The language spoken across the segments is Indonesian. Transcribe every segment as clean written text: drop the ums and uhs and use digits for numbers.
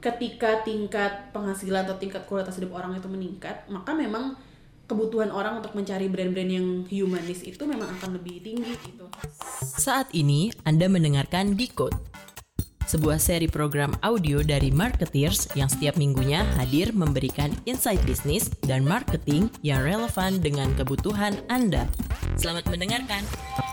ketika tingkat penghasilan atau tingkat kualitas hidup orang itu meningkat, maka memang kebutuhan orang untuk mencari brand-brand yang humanis itu memang akan lebih tinggi gitu. Saat ini Anda mendengarkan Decode, sebuah seri program audio dari Marketeers yang setiap minggunya hadir memberikan insight bisnis dan marketing yang relevan dengan kebutuhan Anda. Selamat mendengarkan.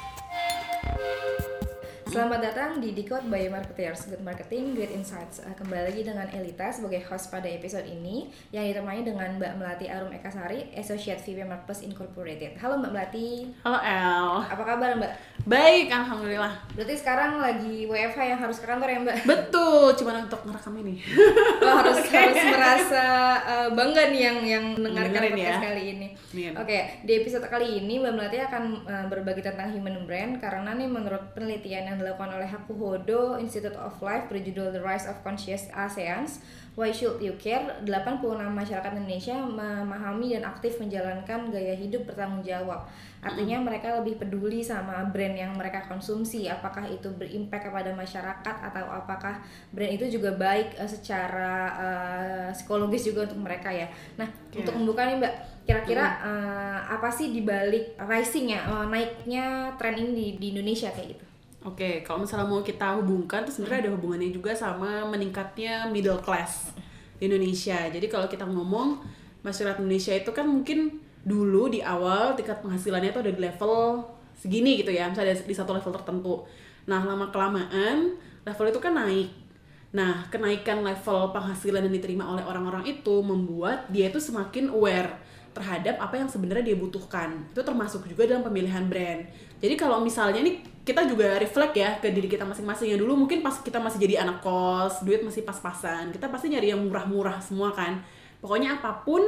Selamat datang di Decode by Marketeers, Good Marketing, Great Insights. Kembali lagi dengan Elita sebagai host pada episode ini yang ditemani dengan Mbak Melati Arum Ekasari, Associate VP Marketplace Incorporated. Halo Mbak Melati. Halo El. Apa kabar Mbak? Baik, alhamdulillah. Berarti sekarang lagi WFH yang harus ke kantor ya Mbak? Betul, cuma untuk ngerekam ini. Harus merasa bangga nih yang mendengarkan podcast kali ini. Oke, di episode kali ini Mbak Melati akan berbagi tentang human brand karena nih menurut penelitian yang dilakukan oleh Hakuhodo Institute of Life berjudul The Rise of Conscious ASEANs, Why Should You Care? 86 masyarakat Indonesia memahami dan aktif menjalankan gaya hidup bertanggung jawab. Artinya mereka lebih peduli sama brand yang mereka konsumsi, apakah itu berimpact kepada masyarakat atau apakah brand itu juga baik secara psikologis juga untuk mereka ya. Nah, untuk membuka nih Mbak, kira-kira apa sih dibalik risingnya, naiknya tren ini di Indonesia kayak gitu? Oke, kalau misalnya mau kita hubungkan tuh sebenarnya ada hubungannya juga sama meningkatnya middle class di Indonesia. Jadi kalau kita ngomong masyarakat Indonesia itu kan mungkin dulu di awal tingkat penghasilannya tuh ada di level segini gitu ya, misalnya di satu level tertentu. Nah, lama-kelamaan level itu kan naik. Nah, kenaikan level penghasilan yang diterima oleh orang-orang itu membuat dia itu semakin aware terhadap apa yang sebenarnya dia butuhkan. Itu termasuk juga dalam pemilihan brand. Jadi kalau misalnya nih kita juga reflect ya ke diri kita masing-masing. Ya dulu mungkin pas kita masih jadi anak kos, duit masih pas-pasan, kita pasti nyari yang murah-murah semua kan. Pokoknya apapun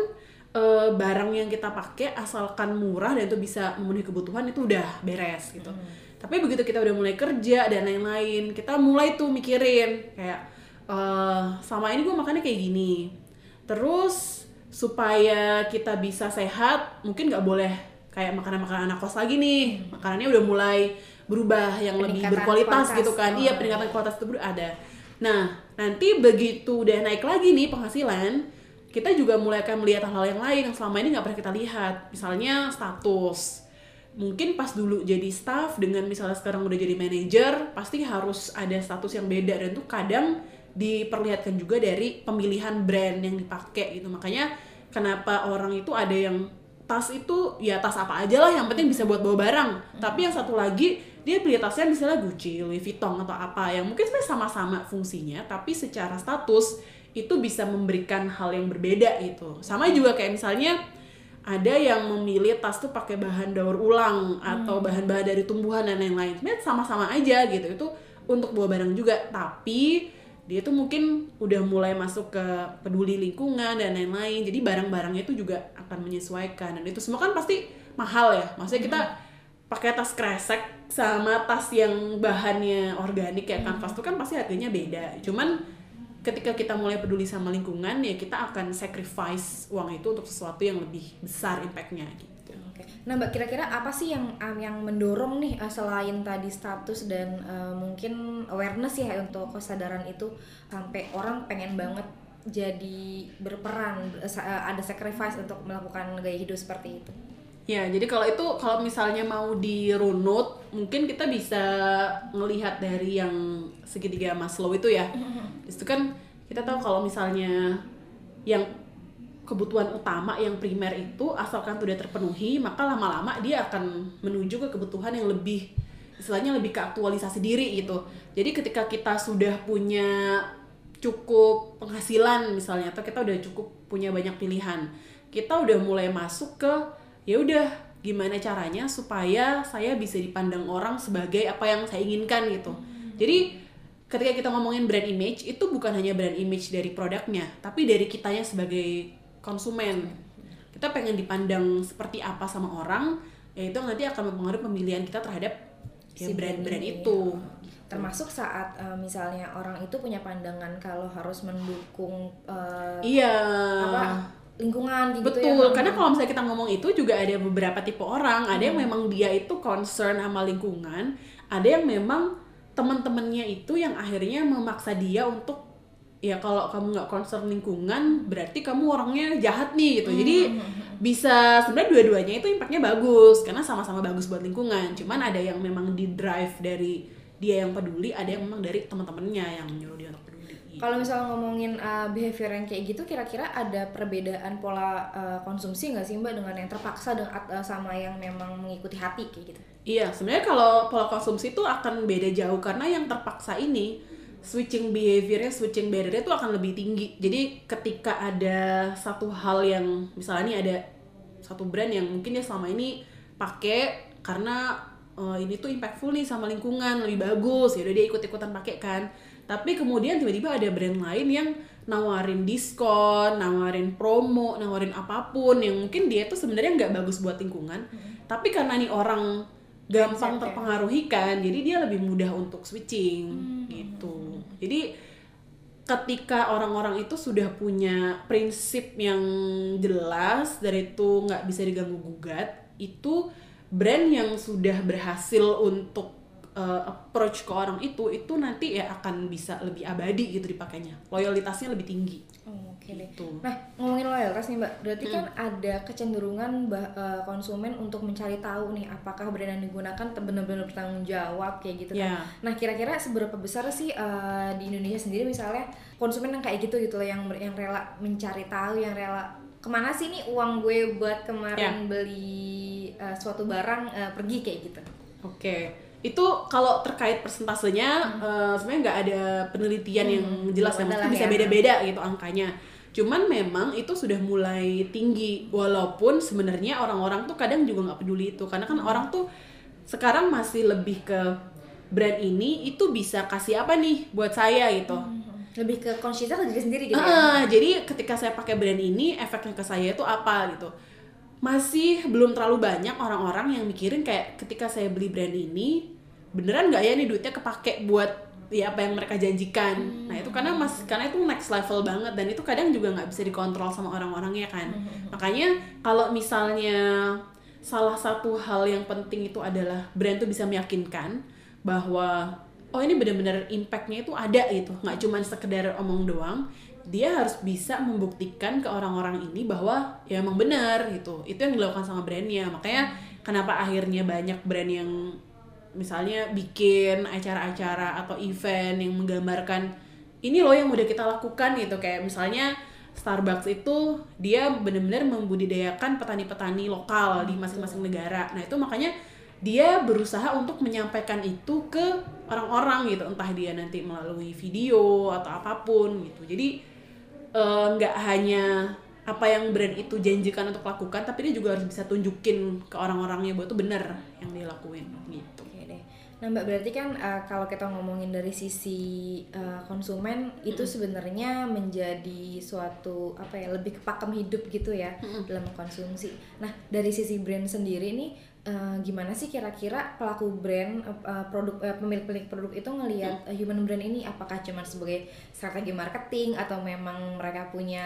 barang yang kita pakai asalkan murah dan itu bisa memenuhi kebutuhan itu udah beres gitu. Tapi begitu kita udah mulai kerja dan lain-lain, kita mulai tuh mikirin kayak selama ini gue makannya kayak gini. Terus supaya kita bisa sehat, mungkin nggak boleh kayak makanan-makanan anak kos lagi nih. Makanannya udah mulai berubah yang lebih berkualitas gitu kan. Iya, peningkatan kualitas itu ada. Nah, nanti begitu udah naik lagi nih penghasilan, kita juga mulai akan melihat hal-hal yang lain yang selama ini nggak pernah kita lihat. Misalnya status. Mungkin pas dulu jadi staff dengan misalnya sekarang udah jadi manajer, pasti harus ada status yang beda dan tuh kadang diperlihatkan juga dari pemilihan brand yang dipakai gitu. Makanya kenapa orang itu ada yang tas itu ya tas apa aja lah yang penting bisa buat bawa barang. Tapi yang satu lagi dia beli tasnya misalnya Gucci, Louis Vuitton atau apa yang mungkin sebenarnya sama-sama fungsinya tapi secara status itu bisa memberikan hal yang berbeda gitu. Sama juga kayak misalnya ada yang memilih tas tuh pakai bahan daur ulang atau bahan-bahan dari tumbuhan dan lain-lain. Sebenarnya sama-sama aja gitu. Itu untuk bawa barang juga, tapi dia tuh mungkin udah mulai masuk ke peduli lingkungan dan lain-lain. Jadi barang-barangnya itu juga akan menyesuaikan dan itu semua kan pasti mahal ya. Maksudnya kita pakai tas kresek sama tas yang bahannya organik kayak kanvas tuh kan pasti harganya beda. Cuman ketika kita mulai peduli sama lingkungan ya kita akan sacrifice uang itu untuk sesuatu yang lebih besar impactnya gitu. Oke. Nah Mbak, kira-kira apa sih yang mendorong nih selain tadi status dan mungkin awareness ya untuk kesadaran itu sampai orang pengen banget jadi berperan, ada sacrifice untuk melakukan gaya hidup seperti itu? Ya, jadi kalau misalnya mau dirunut, mungkin kita bisa ngelihat dari yang segitiga Maslow itu ya. Itu kan kita tahu kalau misalnya yang kebutuhan utama yang primer itu asalkan sudah terpenuhi, maka lama-lama dia akan menuju ke kebutuhan yang lebih istilahnya lebih ke aktualisasi diri gitu. Jadi ketika kita sudah punya cukup penghasilan misalnya atau kita udah cukup punya banyak pilihan, kita udah mulai masuk ke ya udah gimana caranya supaya saya bisa dipandang orang sebagai apa yang saya inginkan gitu. Jadi ketika kita ngomongin brand image itu bukan hanya brand image dari produknya, tapi dari kitanya sebagai konsumen. Kita pengen dipandang seperti apa sama orang, ya itu nanti akan mempengaruhi pemilihan kita terhadap ya brand-brand itu. Termasuk saat misalnya orang itu punya pandangan kalau harus mendukung lingkungan gitu. Betul, karena kalau misalnya kita ngomong itu juga ada beberapa tipe orang. Ada yang memang dia itu concern sama lingkungan, ada yang memang teman-temannya itu yang akhirnya memaksa dia untuk ya kalau kamu nggak concern lingkungan berarti kamu orangnya jahat nih gitu. Jadi bisa sebenarnya dua-duanya itu impactnya bagus karena sama-sama bagus buat lingkungan. Cuman ada yang memang di drive dari dia yang peduli, ada yang memang dari teman-temannya yang nyuruh dia untuk peduli. Kalau misalnya ngomongin behavior yang kayak gitu, kira-kira ada perbedaan pola konsumsi nggak sih Mbak dengan yang terpaksa sama yang memang mengikuti hati kayak gitu? Iya, sebenarnya kalau pola konsumsi itu akan beda jauh karena yang terpaksa ini switching behaviornya, switching barrier-nya itu akan lebih tinggi. Jadi ketika ada satu hal yang misalnya nih ada satu brand yang mungkin dia selama ini pakai karena ini tuh impactful nih sama lingkungan, lebih bagus, ya udah dia ikut-ikutan pakai kan. Tapi kemudian tiba-tiba ada brand lain yang nawarin diskon, nawarin promo, nawarin apapun yang mungkin dia tuh sebenarnya nggak bagus buat lingkungan. Tapi karena nih orang gampang terpengaruhi kan, jadi dia lebih mudah untuk switching gitu. Jadi ketika orang-orang itu sudah punya prinsip yang jelas dan itu nggak bisa diganggu gugat, itu brand yang sudah berhasil untuk approach ke orang itu nanti ya akan bisa lebih abadi gitu dipakainya, loyalitasnya lebih tinggi. Oke deh. Gitu. Nah, ngomongin loyalitas nih Mbak, berarti kan ada kecenderungan konsumen untuk mencari tahu nih apakah brand yang digunakan benar-benar bertanggung jawab kayak gitu kan. Nah, kira-kira seberapa besar sih di Indonesia sendiri misalnya konsumen yang kayak gitu loh, yang rela mencari tahu, yang rela kemana sih nih uang gue buat kemarin beli suatu barang pergi kayak gitu. Oke. Itu kalau terkait persentasenya sebenarnya nggak ada penelitian yang jelas ya, mungkin bisa beda-beda gitu angkanya. Cuman memang itu sudah mulai tinggi, walaupun sebenarnya orang-orang tuh kadang juga nggak peduli itu, karena kan orang tuh sekarang masih lebih ke brand ini itu bisa kasih apa nih buat saya gitu. Lebih ke conscious ke diri sendiri gitu ya. Jadi ketika saya pakai brand ini efeknya ke saya itu apa gitu. Masih belum terlalu banyak orang-orang yang mikirin kayak ketika saya beli brand ini beneran nggak ya nih duitnya kepake buat ya apa yang mereka janjikan. Nah itu karena itu next level banget dan itu kadang juga nggak bisa dikontrol sama orang-orangnya kan. Makanya kalau misalnya salah satu hal yang penting itu adalah brand tuh bisa meyakinkan bahwa oh ini benar-benar impactnya itu ada gitu, nggak cuma sekedar omong doang. Dia harus bisa membuktikan ke orang-orang ini bahwa ya emang benar gitu. Itu yang dilakukan sama brandnya. Makanya kenapa akhirnya banyak brand yang misalnya bikin acara-acara atau event yang menggambarkan ini loh yang udah kita lakukan gitu. Kayak misalnya Starbucks itu dia benar-benar membudidayakan petani-petani lokal di masing-masing negara. Nah itu makanya dia berusaha untuk menyampaikan itu ke orang-orang gitu, entah dia nanti melalui video atau apapun gitu. Jadi nggak hanya apa yang brand itu janjikan untuk lakukan, tapi dia juga harus bisa tunjukin ke orang-orangnya bahwa itu benar yang dia lakuin gitu. Nah Mbak, berarti kan kalau kita ngomongin dari sisi konsumen itu sebenarnya menjadi suatu lebih ke pakem hidup gitu ya dalam konsumsi. Nah dari sisi brand sendiri nih gimana sih kira-kira pelaku brand pemilik produk itu ngelihat human brand ini, apakah cuma sebagai strategi marketing atau memang mereka punya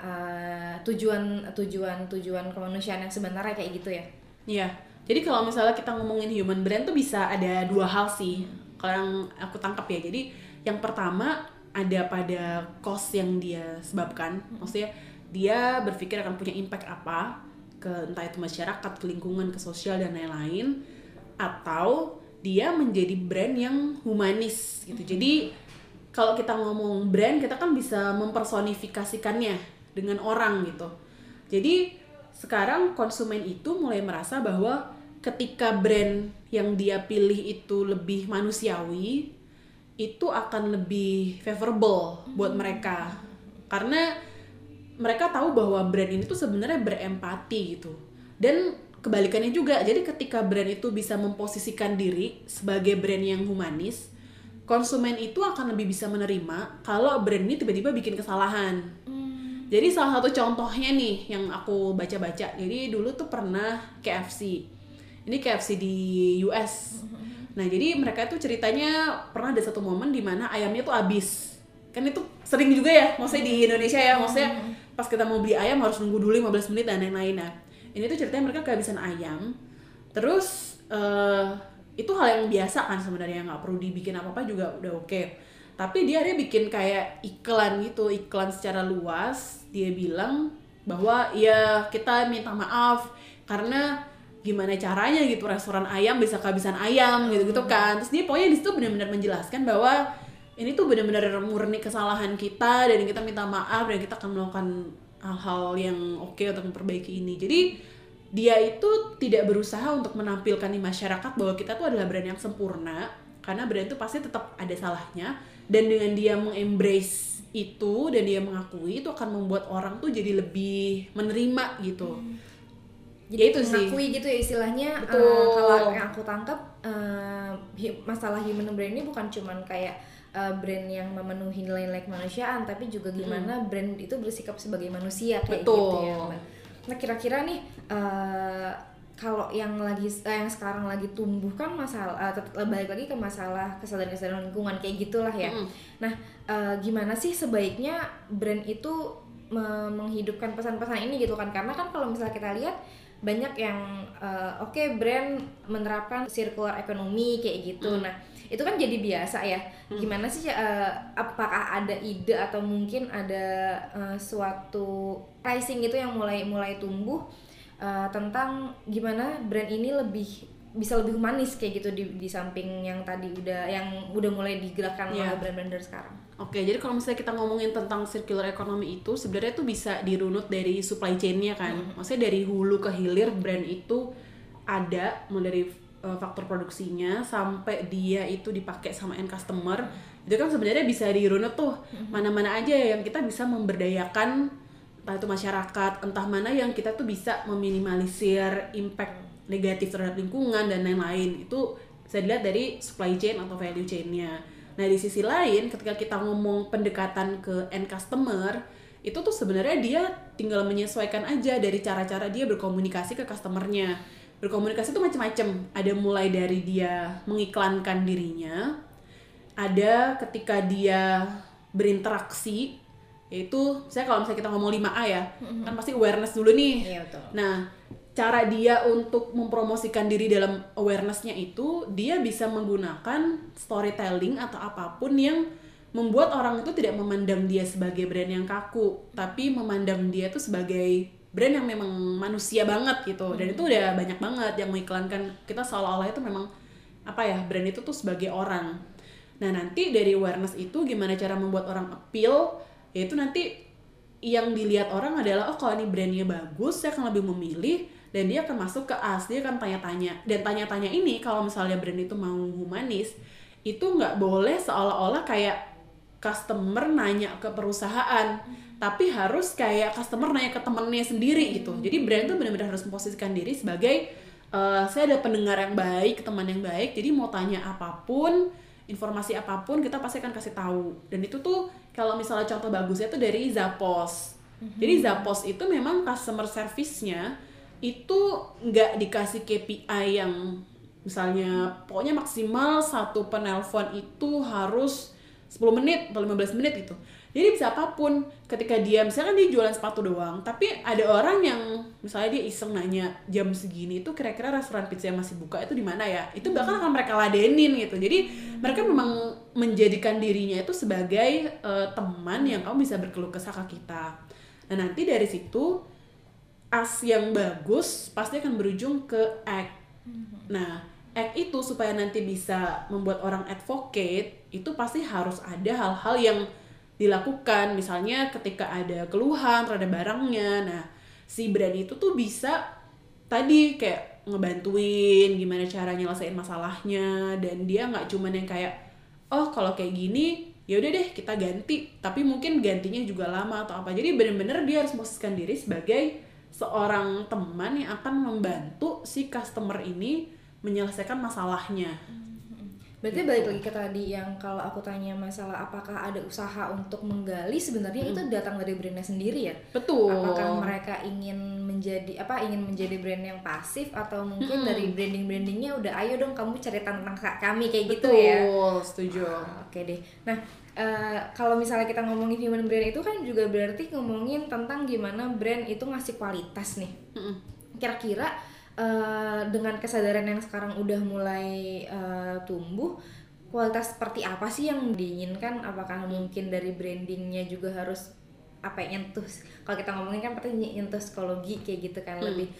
tujuan kemanusiaan yang sebenarnya kayak gitu ya? Iya. Jadi kalau misalnya kita ngomongin human brand tuh bisa ada dua hal sih kalau yang aku tangkap ya. Jadi yang pertama ada pada cost yang dia sebabkan, maksudnya dia berpikir akan punya impact apa ke entah itu masyarakat, ke lingkungan, ke sosial dan lain-lain, atau dia menjadi brand yang humanis gitu. Jadi kalau kita ngomong brand, kita kan bisa mempersonifikasikannya dengan orang gitu. Jadi sekarang konsumen itu mulai merasa bahwa ketika brand yang dia pilih itu lebih manusiawi, itu akan lebih favorable buat mereka. Karena mereka tahu bahwa brand ini tuh sebenarnya berempati gitu. Dan kebalikannya juga, jadi ketika brand itu bisa memposisikan diri sebagai brand yang humanis, konsumen itu akan lebih bisa menerima kalau brand ini tiba-tiba bikin kesalahan. Jadi salah satu contohnya nih yang aku baca-baca, jadi dulu tuh pernah KFC. Ini KFC di US. Nah jadi mereka tuh ceritanya pernah ada satu momen di mana ayamnya tuh habis. Kan itu sering juga ya, maksudnya di Indonesia ya, maksudnya pas kita mau beli ayam harus nunggu dulu 15 menit dan lain-lain. Nah ini tuh ceritanya mereka kehabisan ayam. Terus itu hal yang biasa kan sebenarnya, nggak perlu dibikin apa-apa juga udah oke. Tapi dia bikin kayak iklan gitu, iklan secara luas. Dia bilang bahwa ya kita minta maaf karena gimana caranya gitu restoran ayam bisa kehabisan ayam gitu kan. Terus dia pokoknya di situ benar-benar menjelaskan bahwa ini tuh benar-benar murni kesalahan kita dan kita minta maaf dan kita akan melakukan hal-hal yang oke untuk memperbaiki ini. Jadi dia itu tidak berusaha untuk menampilkan di masyarakat bahwa kita tuh adalah brand yang sempurna, karena brand itu pasti tetap ada salahnya, dan dengan dia mengembrace itu dan dia mengakui, itu akan membuat orang tuh jadi lebih menerima gitu. Jadi itu mengakui gitu ya istilahnya. Kalau yang aku tangkap masalah human brand ini bukan cuman kayak brand yang memenuhi nilai-nilai kemanusiaan, tapi juga gimana brand itu bersikap sebagai manusia kayak gitu ya. Nah kira-kira nih kalau yang sekarang lagi tumbuh kan masalah balik lagi ke masalah kesadaran lingkungan kayak gitulah ya. Nah gimana sih sebaiknya brand itu menghidupkan pesan-pesan ini gitu kan, karena kan kalau misalnya kita lihat banyak yang brand menerapkan circular economy kayak gitu. Nah itu kan jadi biasa ya. Gimana sih apakah ada ide atau mungkin ada suatu pricing gitu yang mulai tumbuh tentang gimana brand ini bisa lebih humanis kayak gitu di samping yang tadi udah mulai digerakkan oleh brand-brander sekarang. Oke, jadi kalau misalnya kita ngomongin tentang circular economy itu sebenarnya itu bisa dirunut dari supply chain-nya kan. Maksudnya dari hulu ke hilir brand itu ada, mulai dari faktor produksinya sampai dia itu dipakai sama end customer. Itu kan sebenarnya bisa dirunut tuh mana-mana aja yang kita bisa memberdayakan, entah itu masyarakat, entah mana yang kita tuh bisa meminimalisir impact negatif terhadap lingkungan dan lain-lain. Itu bisa dilihat dari supply chain atau value chain-nya. Nah di sisi lain ketika kita ngomong pendekatan ke end customer, itu tuh sebenarnya dia tinggal menyesuaikan aja dari cara-cara dia berkomunikasi ke customernya. Berkomunikasi itu macam-macam. Ada mulai dari dia mengiklankan dirinya, ada ketika dia berinteraksi, yaitu misalnya kalau misalnya kita ngomong 5A ya, kan pasti awareness dulu nih. Iya, betul. Nah, cara dia untuk mempromosikan diri dalam awareness-nya itu, dia bisa menggunakan storytelling atau apapun yang membuat orang itu tidak memandang dia sebagai brand yang kaku, tapi memandang dia itu sebagai brand yang memang manusia banget gitu. Dan itu udah banyak banget yang mengiklankan kita seolah-olah itu memang brand itu tuh sebagai orang. Nah nanti dari awareness itu gimana cara membuat orang appeal, yaitu nanti yang dilihat orang adalah kalau ini brandnya bagus, saya akan lebih memilih, dan dia akan masuk ke dia akan tanya-tanya. Dan tanya-tanya ini kalau misalnya brand itu mau humanis, itu nggak boleh seolah-olah kayak customer nanya ke perusahaan, tapi harus kayak customer nanya ke temennya sendiri gitu. Jadi brand tuh benar-benar harus memposisikan diri sebagai saya ada pendengar yang baik, teman yang baik, jadi mau tanya apapun, informasi apapun kita pasti akan kasih tahu. Dan itu tuh kalau misalnya contoh bagusnya tuh dari Zappos. Jadi Zappos itu memang customer service-nya itu nggak dikasih KPI yang misalnya pokoknya maksimal satu penelpon itu harus 10 menit atau 15 menit gitu. Jadi bisa apapun, ketika dia misalkan dia jualan sepatu doang, tapi ada orang yang misalnya dia iseng nanya jam segini itu kira-kira restoran pizza yang masih buka itu di mana ya? Itu bahkan akan mereka ladenin gitu. Jadi mereka memang menjadikan dirinya itu sebagai teman yang kamu bisa berkeluh kesah ke kita. Nah nanti dari situ as yang bagus pasti akan berujung ke act. Nah act itu supaya nanti bisa membuat orang advocate, itu pasti harus ada hal-hal yang dilakukan. Misalnya ketika ada keluhan terhadap barangnya, nah si brand itu tuh bisa tadi kayak ngebantuin gimana cara nyelesain masalahnya, dan dia nggak cuman yang kayak kalau kayak gini ya udah deh kita ganti, tapi mungkin gantinya juga lama atau apa. Jadi benar-benar dia harus memposisikan diri sebagai seorang teman yang akan membantu si customer ini menyelesaikan masalahnya. Berarti balik lagi ke tadi yang kalau aku tanya masalah apakah ada usaha untuk menggali, sebenarnya itu datang dari brandnya sendiri ya. Betul. Apakah mereka ingin menjadi brand yang pasif, atau mungkin dari brandingnya udah ayo dong kamu cerita tentang kami kayak gitu ya. Betul, setuju. Oke deh. Nah kalau misalnya kita ngomongin human brand itu kan juga berarti ngomongin tentang gimana brand itu ngasih kualitas nih. Kira-kira dengan kesadaran yang sekarang udah mulai tumbuh, kualitas seperti apa sih yang diinginkan? Apakah mungkin dari brandingnya juga harus apa ya, nyentuh, kalau kita ngomongin kan pasti nyentuh psikologi kayak gitu kan, lebih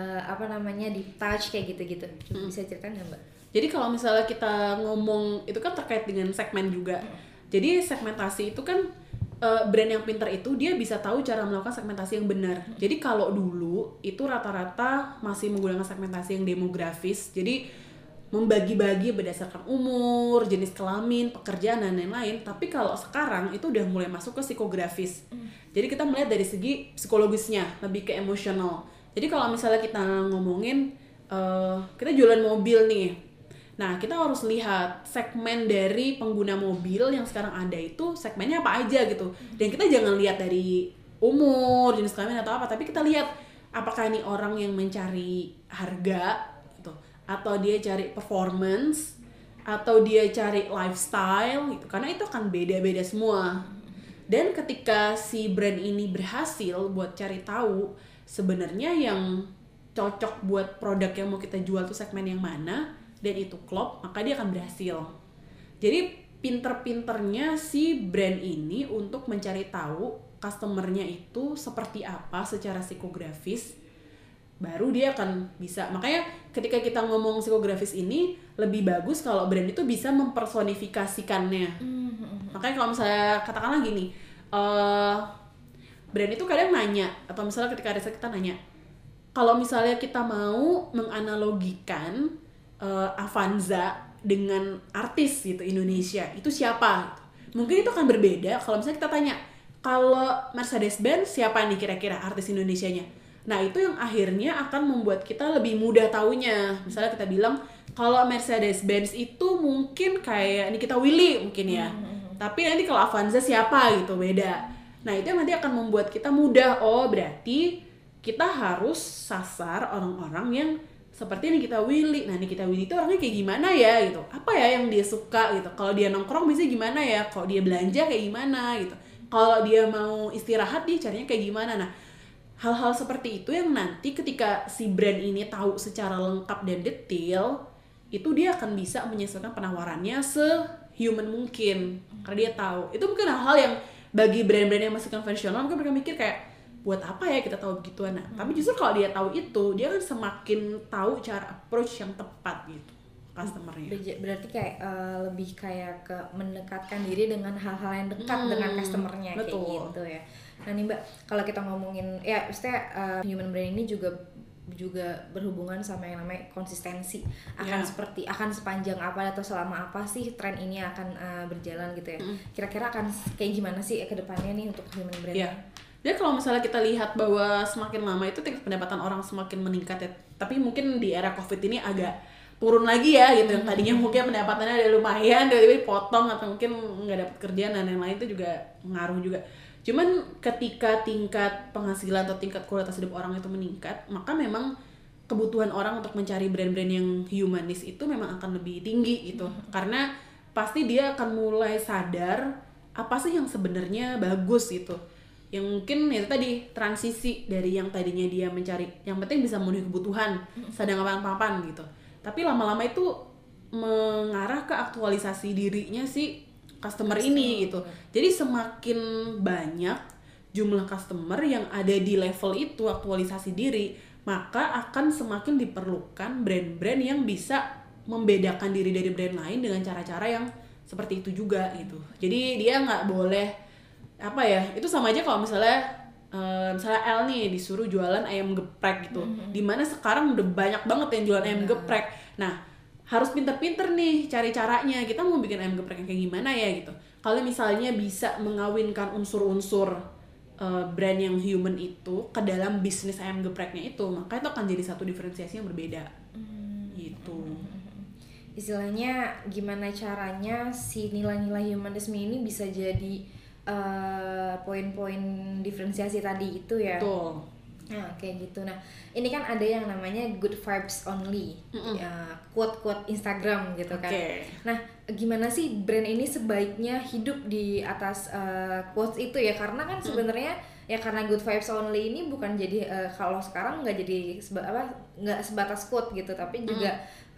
di touch kayak gitu-gitu. Bisa ceritain nggak Mbak? Jadi kalau misalnya kita ngomong itu kan terkait dengan segmen juga. Jadi segmentasi itu kan brand yang pintar itu dia bisa tahu cara melakukan segmentasi yang benar. Jadi kalau dulu itu rata-rata masih menggunakan segmentasi yang demografis. Jadi membagi-bagi berdasarkan umur, jenis kelamin, pekerjaan dan lain-lain. Tapi kalau sekarang itu udah mulai masuk ke psikografis. Jadi kita melihat dari segi psikologisnya, lebih ke emosional. Jadi kalau misalnya kita ngomongin kita jualan mobil nih. Nah, kita harus lihat segmen dari pengguna mobil yang sekarang ada itu segmennya apa aja gitu. Dan kita jangan lihat dari umur, jenis kelamin atau apa, tapi kita lihat apakah ini orang yang mencari harga gitu, atau dia cari performance, atau dia cari lifestyle gitu. Karena itu akan beda-beda semua. Dan ketika si brand ini berhasil buat cari tahu sebenarnya yang cocok buat produk yang mau kita jual tuh segmen yang mana, dan itu klop, maka dia akan berhasil. Jadi pinter-pinternya si brand ini untuk mencari tahu customernya itu seperti apa secara psikografis, baru dia akan bisa. Makanya ketika kita ngomong psikografis ini lebih bagus kalau brand itu bisa mempersonifikasikannya. Makanya kalau misalnya katakanlah gini, brand itu kadang nanya, atau misalnya ketika riset kita nanya, kalau misalnya kita mau menganalogikan Avanza dengan artis gitu Indonesia, itu siapa? Mungkin itu akan berbeda kalau misalnya kita tanya, kalau Mercedes-Benz siapa nih kira-kira artis Indonesianya? Nah, itu yang akhirnya akan membuat kita lebih mudah taunya. Misalnya kita bilang kalau Mercedes-Benz itu mungkin kayak Nikita Willy mungkin ya. Tapi nanti kalau Avanza siapa gitu, beda. Nah, itu yang nanti akan membuat kita mudah, oh berarti kita harus sasar orang-orang yang seperti Nikita Willy. Nah, Nikita Willy itu orangnya kayak gimana ya gitu. Apa ya yang dia suka gitu. Kalau dia nongkrong biasanya gimana ya? Kalau dia belanja kayak gimana gitu. Kalau dia mau istirahat dia caranya kayak gimana. Nah, hal-hal seperti itu yang nanti ketika si brand ini tahu secara lengkap dan detail, itu dia akan bisa menyesuaikan penawarannya se-human mungkin. Karena dia tahu. Itu mungkin hal-hal yang bagi brand-brand yang masih konvensional mungkin mereka mikir kayak, buat apa ya kita tahu begituan. Nah, tapi justru kalau dia tahu itu, dia kan semakin tahu cara approach yang tepat gitu customernya. Berarti kayak lebih kayak ke mendekatkan diri dengan hal-hal yang dekat dengan customernya. Betul. Kayak gitu ya. Nah nih Mbak, kalau kita ngomongin ya maksudnya human brand ini juga berhubungan sama yang namanya konsistensi. Akan sepanjang apa atau selama apa sih tren ini akan berjalan gitu ya. Kira-kira akan kayak gimana sih ke depannya nih untuk human brand? Jadi kalau misalnya kita lihat bahwa semakin lama itu tingkat pendapatan orang semakin meningkat ya. Tapi mungkin di era Covid ini agak turun lagi ya gitu. Yang tadinya mungkin pendapatannya ada lumayan, tiba-tiba dipotong atau mungkin nggak dapat kerjaan dan lain-lain, itu juga ngaruh juga. Cuman ketika tingkat penghasilan atau tingkat kualitas hidup orang itu meningkat, maka memang kebutuhan orang untuk mencari brand-brand yang humanis itu memang akan lebih tinggi gitu. Karena pasti dia akan mulai sadar apa sih yang sebenarnya bagus gitu. Yang mungkin itu tadi transisi dari yang tadinya dia mencari yang penting bisa memenuhi kebutuhan sedang apa-apa gitu, tapi lama-lama itu mengarah ke aktualisasi dirinya si customer ini gitu. Jadi semakin banyak jumlah customer yang ada di level itu aktualisasi diri, maka akan semakin diperlukan brand-brand yang bisa membedakan diri dari brand lain dengan cara-cara yang seperti itu juga gitu. Jadi dia nggak boleh apa ya, itu sama aja kalau misalnya L nih disuruh jualan ayam geprek gitu, dimana sekarang udah banyak banget yang jualan ayam geprek. Nah, harus pinter-pinter nih cari caranya, kita mau bikin ayam geprek yang kayak gimana ya gitu. Kalau misalnya bisa mengawinkan unsur-unsur brand yang human itu ke dalam bisnis ayam gepreknya itu, maka itu akan jadi satu diferensiasi yang berbeda gitu. Istilahnya gimana caranya si nilai-nilai humanisme ini bisa jadi poin-poin diferensiasi tadi itu ya. Betul. Nah kayak gitu. Nah ini kan ada yang namanya good vibes only, quote-quote Instagram gitu kan. Nah gimana sih brand ini sebaiknya hidup di atas quotes itu ya, karena kan sebenarnya ya karena good vibes only ini bukan jadi kalau sekarang nggak jadi nggak sebatas quote gitu, tapi juga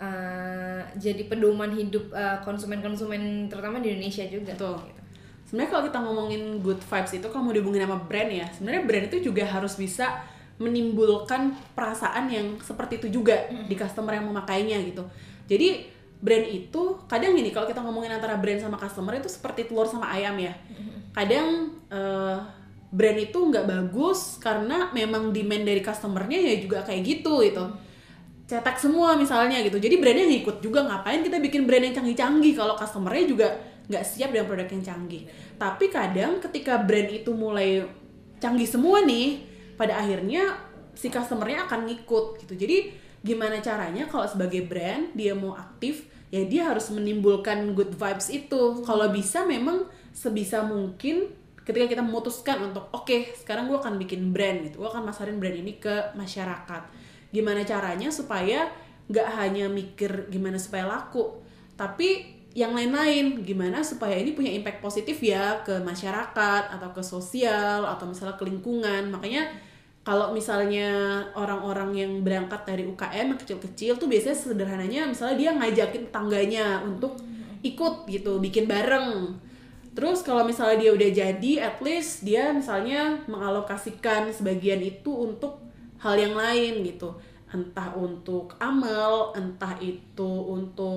jadi pedoman hidup konsumen-konsumen terutama di Indonesia juga. Betul. Gitu. Sebenarnya kalau kita ngomongin good vibes itu kalau mau dihubungin sama brand ya, sebenarnya brand itu juga harus bisa menimbulkan perasaan yang seperti itu juga di customer yang memakainya gitu. Jadi brand itu kadang gini, kalau kita ngomongin antara brand sama customer itu seperti telur sama ayam ya. Kadang brand itu nggak bagus karena memang demand dari customernya ya juga kayak gitu gitu. Cetak semua misalnya gitu, jadi brandnya ngikut juga. Ngapain kita bikin brand yang canggih-canggih kalau customernya juga nggak siap dengan produk yang canggih. Tapi kadang ketika brand itu mulai canggih semua nih, pada akhirnya si customernya akan ngikut gitu. Jadi gimana caranya kalau sebagai brand dia mau aktif, ya dia harus menimbulkan good vibes itu. Kalau bisa memang sebisa mungkin ketika kita memutuskan untuk oke, sekarang gue akan bikin brand gitu, gue akan masarin brand ini ke masyarakat. Gimana caranya supaya nggak hanya mikir gimana supaya laku, tapi yang lain-lain, gimana supaya ini punya impact positif ya ke masyarakat atau ke sosial atau misalnya ke lingkungan. Makanya kalau misalnya orang-orang yang berangkat dari UKM yang kecil-kecil tuh biasanya sederhananya misalnya dia ngajakin tetangganya untuk ikut gitu, bikin bareng. Terus kalau misalnya dia udah jadi, at least dia misalnya mengalokasikan sebagian itu untuk hal yang lain gitu. Entah untuk amal, entah itu untuk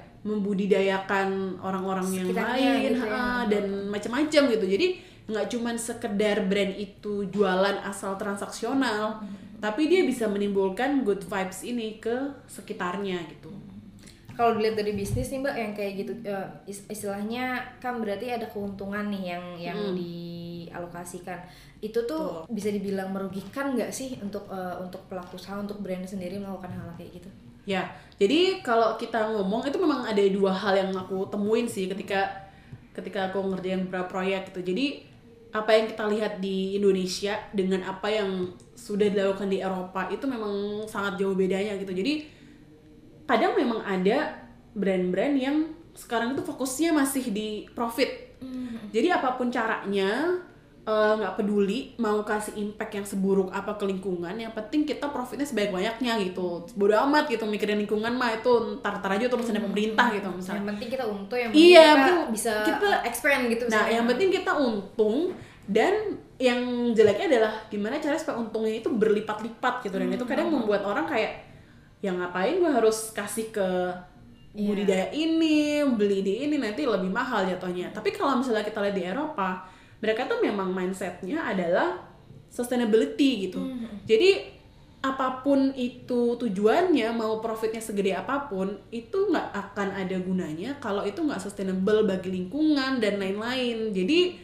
membudidayakan orang-orang yang lain gitu ya. Dan macam-macam gitu. Jadi nggak cuman sekedar brand itu jualan asal transaksional, tapi dia bisa menimbulkan good vibes ini ke sekitarnya gitu. Kalau dilihat dari bisnis nih Mbak, yang kayak gitu istilahnya kan berarti ada keuntungan nih yang dialokasikan. Itu tuh bisa dibilang merugikan nggak sih untuk pelaku usaha, untuk brand sendiri melakukan hal kayak gitu? Ya, jadi kalau kita ngomong itu memang ada dua hal yang aku temuin sih ketika aku ngerjain beberapa proyek gitu. Jadi apa yang kita lihat di Indonesia dengan apa yang sudah dilakukan di Eropa itu memang sangat jauh bedanya gitu. Jadi kadang memang ada brand-brand yang sekarang itu fokusnya masih di profit. Jadi apapun caranya, nggak peduli mau kasih impact yang seburuk apa ke lingkungan, yang penting kita profitnya sebanyak-banyaknya gitu. Bodo amat gitu mikirin lingkungan mah, itu ntar aja urusannya pemerintah gitu misalnya. Yang penting kita untung, yang penting kita expand gitu. Nah, yang penting kita untung, dan yang jeleknya adalah gimana caranya supaya untungnya itu berlipat-lipat gitu. Dan itu kadang membuat orang kayak, ya ngapain gue harus kasih ke budidaya ini, beli di ini, nanti lebih mahal jatuhnya. Tapi kalau misalnya kita lihat di Eropa, mereka tuh memang mindsetnya adalah sustainability gitu. Jadi apapun itu tujuannya, mau profitnya segede apapun, itu nggak akan ada gunanya kalau itu nggak sustainable bagi lingkungan dan lain-lain. Jadi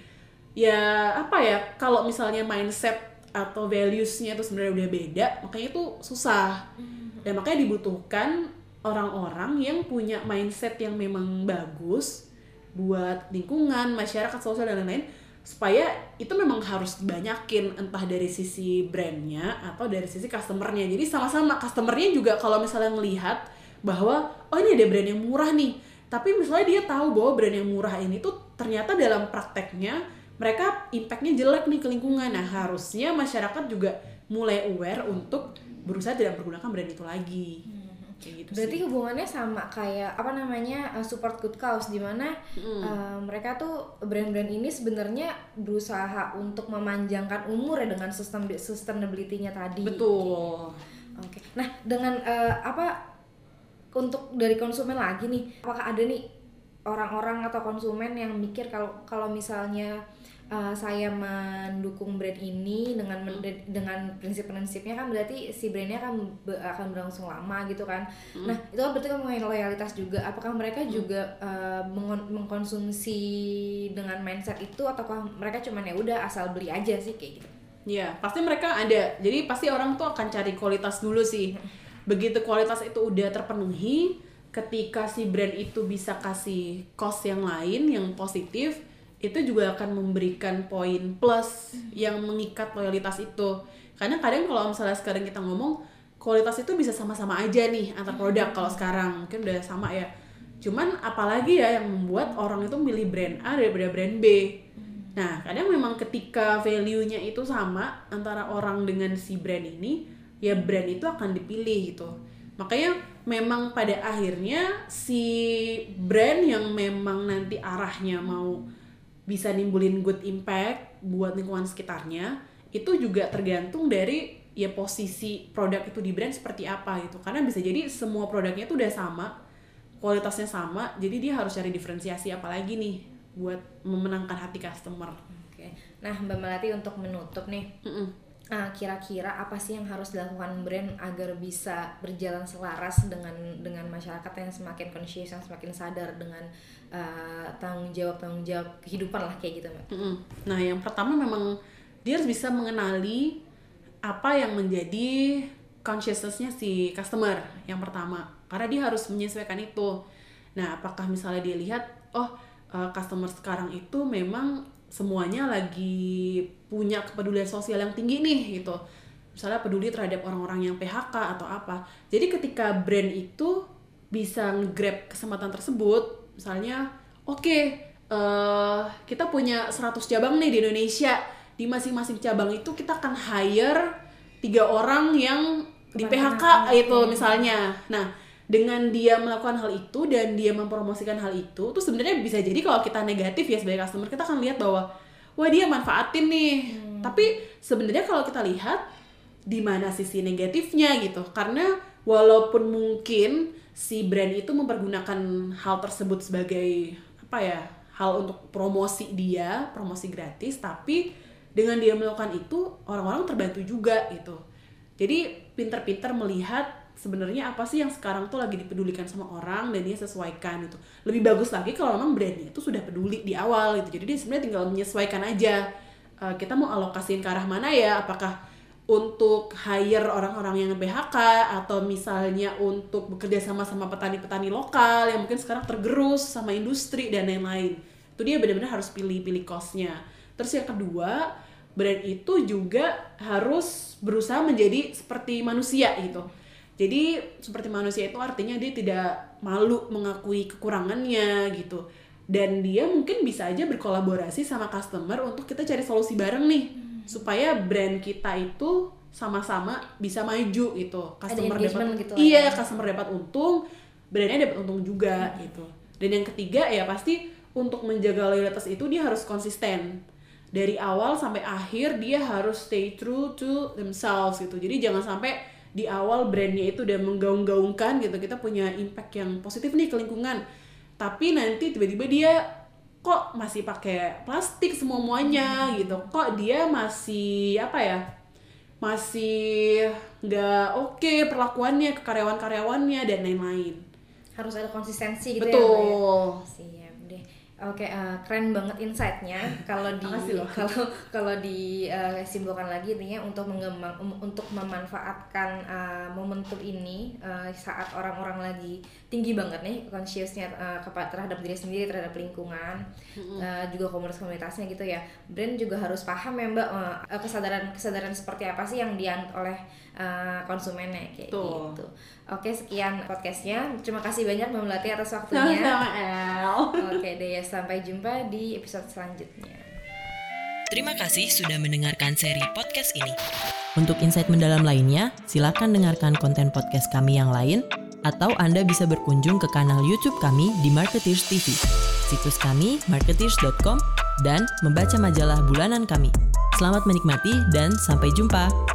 ya kalau misalnya mindset atau values-nya itu sebenarnya udah beda, makanya itu susah. Dan makanya dibutuhkan orang-orang yang punya mindset yang memang bagus buat lingkungan, masyarakat, sosial, dan lain-lain, supaya itu memang harus dibanyakin, entah dari sisi brandnya atau dari sisi customernya. Jadi sama-sama customernya juga kalau misalnya melihat bahwa oh ini ada brand yang murah nih, tapi misalnya dia tahu bahwa brand yang murah ini tuh ternyata dalam prakteknya mereka impactnya jelek nih ke lingkungan. Nah harusnya masyarakat juga mulai aware untuk berusaha tidak menggunakan brand itu lagi. Gitu. Berarti sih hubungannya sama kayak support good cause, di mana mereka tuh brand-brand ini sebenarnya berusaha untuk memanjangkan umur ya dengan sustainability-nya tadi. Betul. Oke. Nah, dengan untuk dari konsumen lagi nih, apakah ada nih orang-orang atau konsumen yang mikir kalau misalnya saya mendukung brand ini dengan prinsip-prinsipnya, kan berarti si brandnya akan berlangsung lama gitu kan. Nah itu kan berarti kan mengenai loyalitas juga. Apakah mereka juga mengkonsumsi dengan mindset itu, ataukah mereka cuman ya udah asal beli aja sih kayak gitu? Ya pasti mereka ada. Jadi pasti orang tuh akan cari kualitas dulu sih. Begitu kualitas itu udah terpenuhi, ketika si brand itu bisa kasih cost yang lain yang positif, itu juga akan memberikan poin plus yang mengikat loyalitas itu. Karena kadang kalau misalnya sekarang kita ngomong kualitas itu bisa sama-sama aja nih antar produk. Kalau sekarang mungkin udah sama ya, Cuman apalagi ya yang membuat orang itu milih brand A daripada brand B. Nah, kadang memang ketika value-nya itu sama antara orang dengan si brand ini, ya brand itu akan dipilih gitu. Makanya memang pada akhirnya si brand yang memang nanti arahnya mau bisa nimbulin good impact buat lingkungan sekitarnya, itu juga tergantung dari ya posisi produk itu di brand seperti apa gitu. Karena bisa jadi semua produknya itu udah sama, kualitasnya sama, jadi dia harus cari diferensiasi apa lagi nih buat memenangkan hati customer. Oke. Nah, Mbak Melati untuk menutup nih, kira-kira apa sih yang harus dilakukan brand agar bisa berjalan selaras dengan masyarakat yang semakin conscious, yang semakin sadar dengan tanggung jawab kehidupan lah kayak gitu, Mbak. Nah, yang pertama memang dia harus bisa mengenali apa yang menjadi consciousness-nya si customer yang pertama, karena dia harus menyesuaikan itu. Nah, apakah misalnya dia lihat customer sekarang itu memang semuanya lagi punya kepedulian sosial yang tinggi nih gitu, misalnya peduli terhadap orang-orang yang PHK atau apa. Jadi ketika brand itu bisa nge-grab kesempatan tersebut, misalnya kita punya 100 cabang nih di Indonesia, di masing-masing cabang itu kita akan hire 3 orang yang di PHK itu misalnya. Nah, dengan dia melakukan hal itu dan dia mempromosikan hal itu, tuh sebenarnya bisa jadi kalau kita negatif ya sebagai customer, kita akan lihat bahwa wah dia manfaatin nih. Tapi sebenarnya kalau kita lihat di mana sisi negatifnya gitu. Karena walaupun mungkin si brand itu mempergunakan hal tersebut sebagai hal untuk promosi dia, promosi gratis, tapi dengan dia melakukan itu orang-orang terbantu juga gitu. Jadi pinter-pinter melihat sebenarnya apa sih yang sekarang tuh lagi dipedulikan sama orang dan dia sesuaikan gitu. Lebih bagus lagi kalau memang brandnya itu sudah peduli di awal gitu. Jadi dia sebenarnya tinggal menyesuaikan aja. Kita mau alokasiin ke arah mana ya? Apakah untuk hire orang-orang yang PHK atau misalnya untuk bekerja sama petani-petani lokal yang mungkin sekarang tergerus sama industri dan lain-lain. Itu dia benar-benar harus pilih cost-nya. Terus yang kedua, brand itu juga harus berusaha menjadi seperti manusia gitu. Jadi seperti manusia itu artinya dia tidak malu mengakui kekurangannya gitu. Dan dia mungkin bisa aja berkolaborasi sama customer untuk kita cari solusi bareng nih. Supaya brand kita itu sama-sama bisa maju gitu. Customer dapat gitu. Iya, customer dapat untung, brandnya dapat untung juga gitu. Dan yang ketiga ya pasti untuk menjaga loyalitas itu dia harus konsisten. Dari awal sampai akhir dia harus stay true to themselves gitu. Jadi jangan sampai di awal brandnya itu udah menggaung-gaungkan gitu, kita punya impact yang positif nih ke lingkungan, tapi nanti tiba-tiba dia kok masih pakai plastik semuanya gitu, kok dia masih masih nggak oke perlakuannya ke karyawan-karyawannya dan lain-lain. Harus ada konsistensi gitu. Betul. Ya. Siap deh. Oke, keren banget insight-nya. Kalau disimpulkan lagi intinya untuk memanfaatkan momentum ini saat orang-orang lagi tinggi banget nih consciousnya terhadap diri sendiri, terhadap lingkungan, juga komunitasnya gitu ya. Brand juga harus paham ya Mbak, kesadaran seperti apa sih yang dianut oleh konsumennya kayak gitu. Oke, sekian podcastnya. Terima kasih banyak Mbak Melati atas waktunya. Oke deh, sampai jumpa di episode selanjutnya. Terima kasih sudah mendengarkan seri podcast ini. Untuk insight mendalam lainnya, silakan dengarkan konten podcast kami yang lain, atau Anda bisa berkunjung ke kanal YouTube kami di Marketeers TV, situs kami marketeers.com, dan membaca majalah bulanan kami. Selamat menikmati dan sampai jumpa.